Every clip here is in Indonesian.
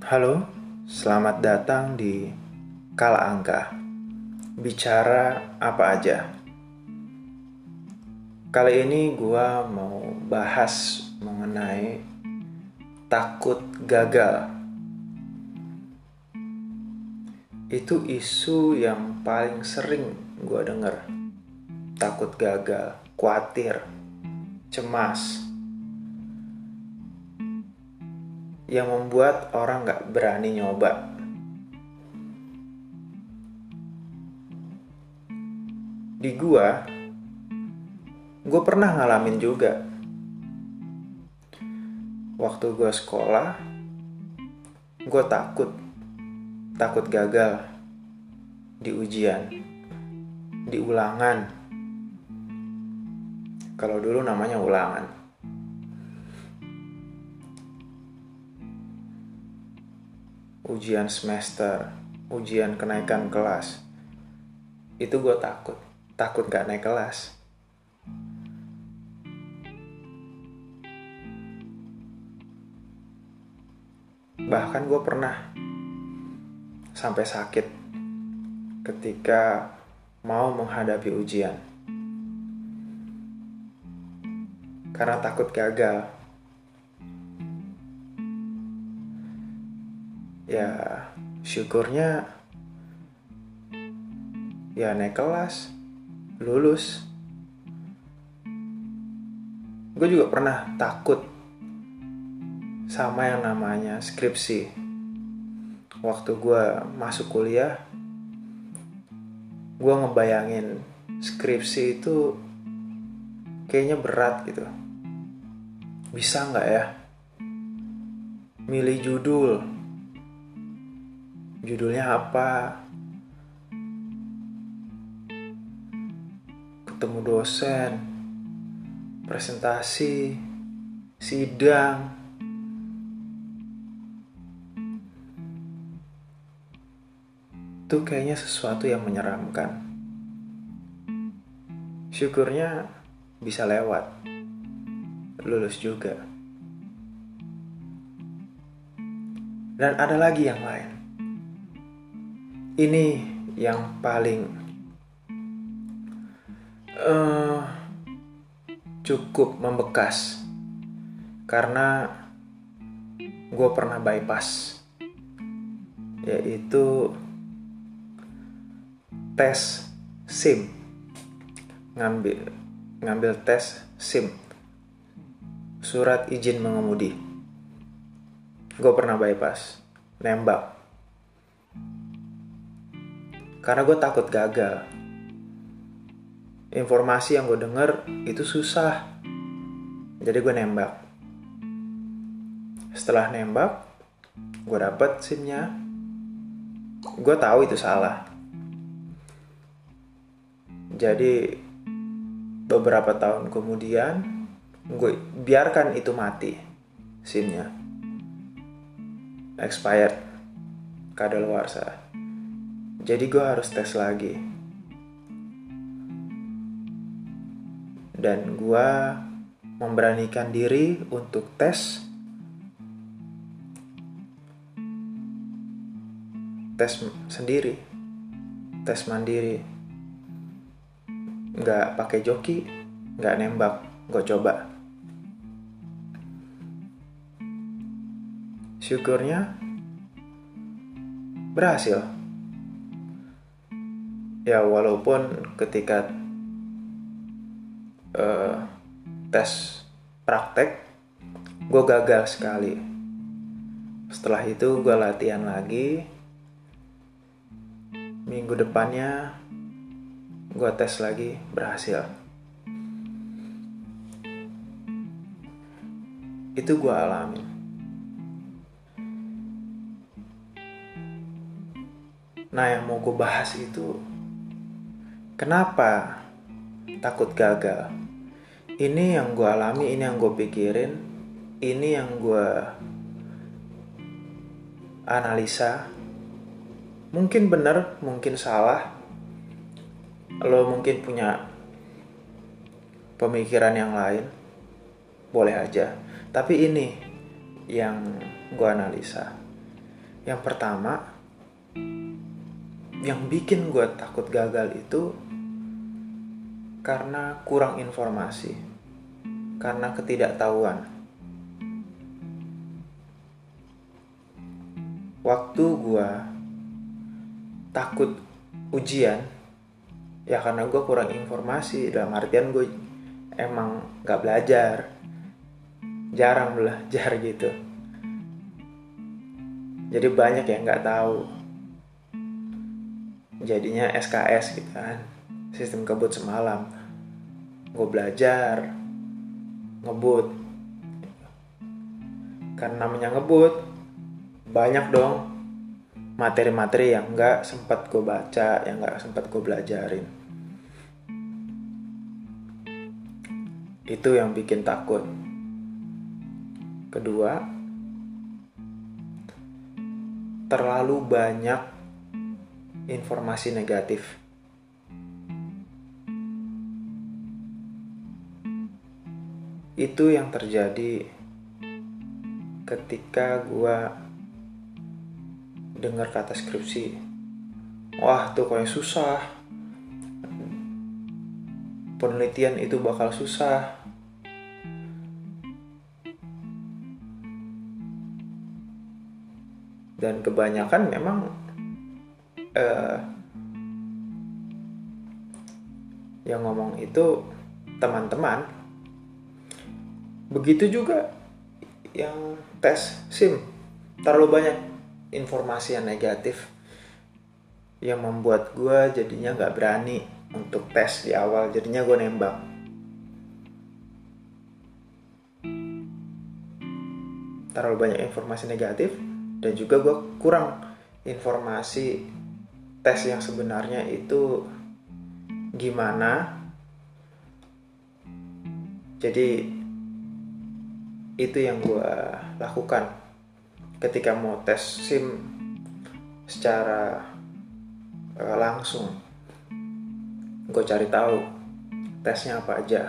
Halo, selamat datang di Kala Angka. Bicara apa aja. Kali ini gua mau bahas mengenai takut gagal. Itu isu yang paling sering gua denger. Takut gagal, khawatir, cemas. Yang membuat orang gak berani nyoba. Di gue pernah ngalamin juga. Waktu gue sekolah, gue takut gagal di ujian, di ulangan. Kalau dulu namanya ulangan. Ujian semester, ujian kenaikan kelas. Itu gue takut gak naik kelas. Bahkan gue pernah sampai sakit ketika mau menghadapi ujian. Karena takut gagal. Ya, syukurnya ya naik kelas, lulus. Gue juga pernah takut sama yang namanya skripsi. Waktu gue masuk kuliah, gue ngebayangin skripsi itu kayaknya berat gitu. Bisa gak ya milih judulnya apa, ketemu dosen, presentasi, sidang. Itu kayaknya sesuatu yang menyeramkan. Syukurnya bisa lewat, lulus juga. Dan ada lagi yang lain. Ini yang paling cukup membekas. Karena gue pernah bypass, yaitu tes SIM. Ngambil tes SIM, surat izin mengemudi. Gue pernah bypass, nembak. Karena gue takut gagal. Informasi yang gue denger itu susah. Jadi gue nembak. Setelah nembak, gue dapet SIM-nya. Gue tahu itu salah. Jadi beberapa tahun kemudian gue biarkan itu mati, SIM-nya expired, kadaluarsa. Jadi gue harus tes lagi. Dan gue memberanikan diri untuk tes sendiri, tes mandiri. Gak pakai joki, gak nembak, gue coba. Syukurnya berhasil. Ya walaupun ketika tes praktek gue gagal sekali. Setelah itu gue latihan lagi. Minggu depannya gue tes lagi, berhasil. Itu gue alamin. Nah, yang mau gue bahas itu, kenapa takut gagal? Ini yang gue alami, ini yang gue pikirin, ini yang gue analisa. Mungkin benar, mungkin salah. Lo mungkin punya pemikiran yang lain, boleh aja. Tapi ini yang gue analisa. Yang pertama, yang bikin gue takut gagal itu karena kurang informasi, karena ketidaktahuan. Waktu gue takut ujian, ya karena gue kurang informasi. Dalam artian gue emang gak belajar, jarang belajar gitu. Jadi banyak yang gak tahu. Jadinya SKS gitu kan, sistem kebut semalam. Gue belajar, ngebut. Karena namanya ngebut, banyak dong materi-materi yang gak sempat gue baca, yang gak sempat gue belajarin. Itu yang bikin takut. Kedua, terlalu banyak informasi negatif. Itu yang terjadi ketika gue dengar kata skripsi. Wah, tuh kayak susah. Penelitian itu bakal susah. Dan kebanyakan memang yang ngomong itu teman-teman. Begitu juga yang tes SIM. Terlalu banyak informasi yang negatif yang membuat gue jadinya gak berani untuk tes di awal. Jadinya gue nembak. Terlalu banyak informasi negatif, dan juga gue kurang informasi tes yang sebenarnya itu gimana. Jadi itu yang gue lakukan ketika mau tes SIM secara langsung. Gue cari tahu tesnya apa aja.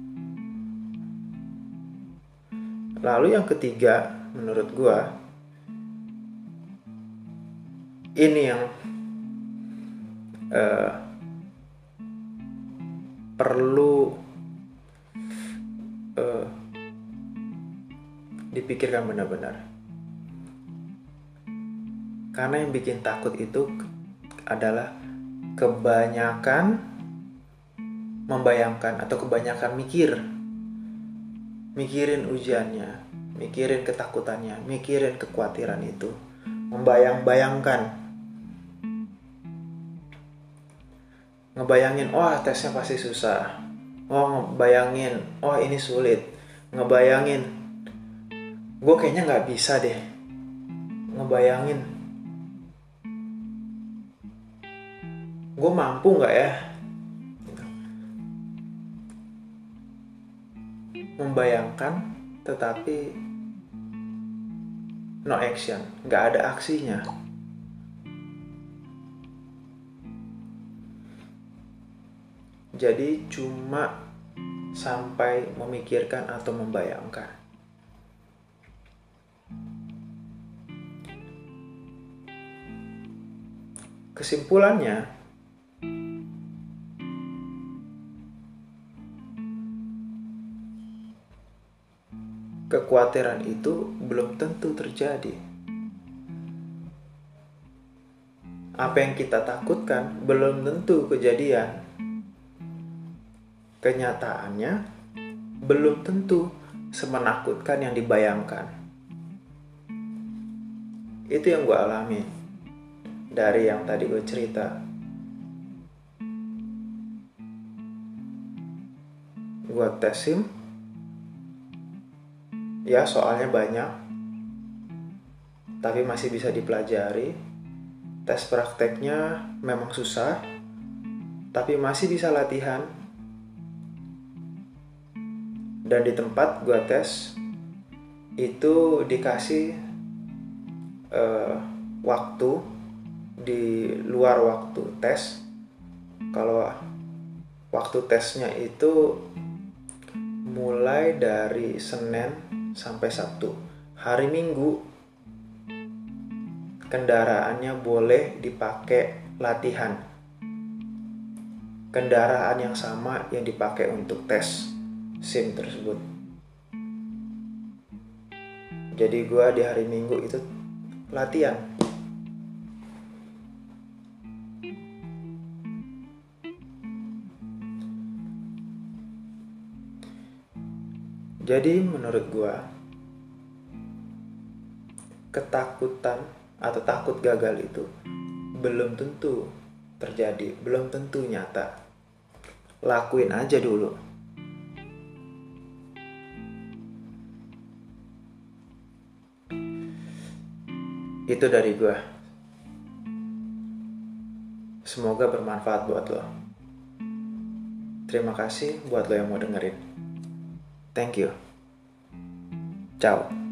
Lalu yang ketiga, menurut gue ini yang perlu dipikirkan benar-benar. Karena yang bikin takut itu adalah kebanyakan membayangkan atau kebanyakan mikirin ujiannya, mikirin ketakutannya, mikirin kekhawatiran itu, ngebayangin, wah tesnya pasti susah, ngebayangin, oh ini sulit, ngebayangin, gue kayaknya nggak bisa deh, ngebayangin, gue mampu nggak ya, membayangkan tetapi no action, nggak ada aksinya. Jadi cuma sampai memikirkan atau membayangkan. Kesimpulannya, kekhawatiran itu belum tentu terjadi. Apa yang kita takutkan belum tentu kejadian. Kenyataannya belum tentu semenakutkan yang dibayangkan. Itu yang gue alami dari yang tadi gue cerita. Gue tes SIM, ya soalnya banyak, tapi masih bisa dipelajari. Tes prakteknya memang susah, tapi masih bisa latihan. Dan di tempat gue tes itu dikasih waktu di luar waktu tes. Kalau waktu tesnya itu mulai dari Senin sampai Sabtu. Hari Minggu kendaraannya boleh dipakai latihan. Kendaraan yang sama yang dipakai untuk tes SIM tersebut. Jadi gue di hari Minggu itu latihan. Jadi menurut gue, ketakutan atau takut gagal itu belum tentu terjadi, belum tentu nyata. Lakuin aja dulu. Itu dari gue. Semoga bermanfaat buat lo. Terima kasih buat lo yang mau dengerin. Thank you. Ciao.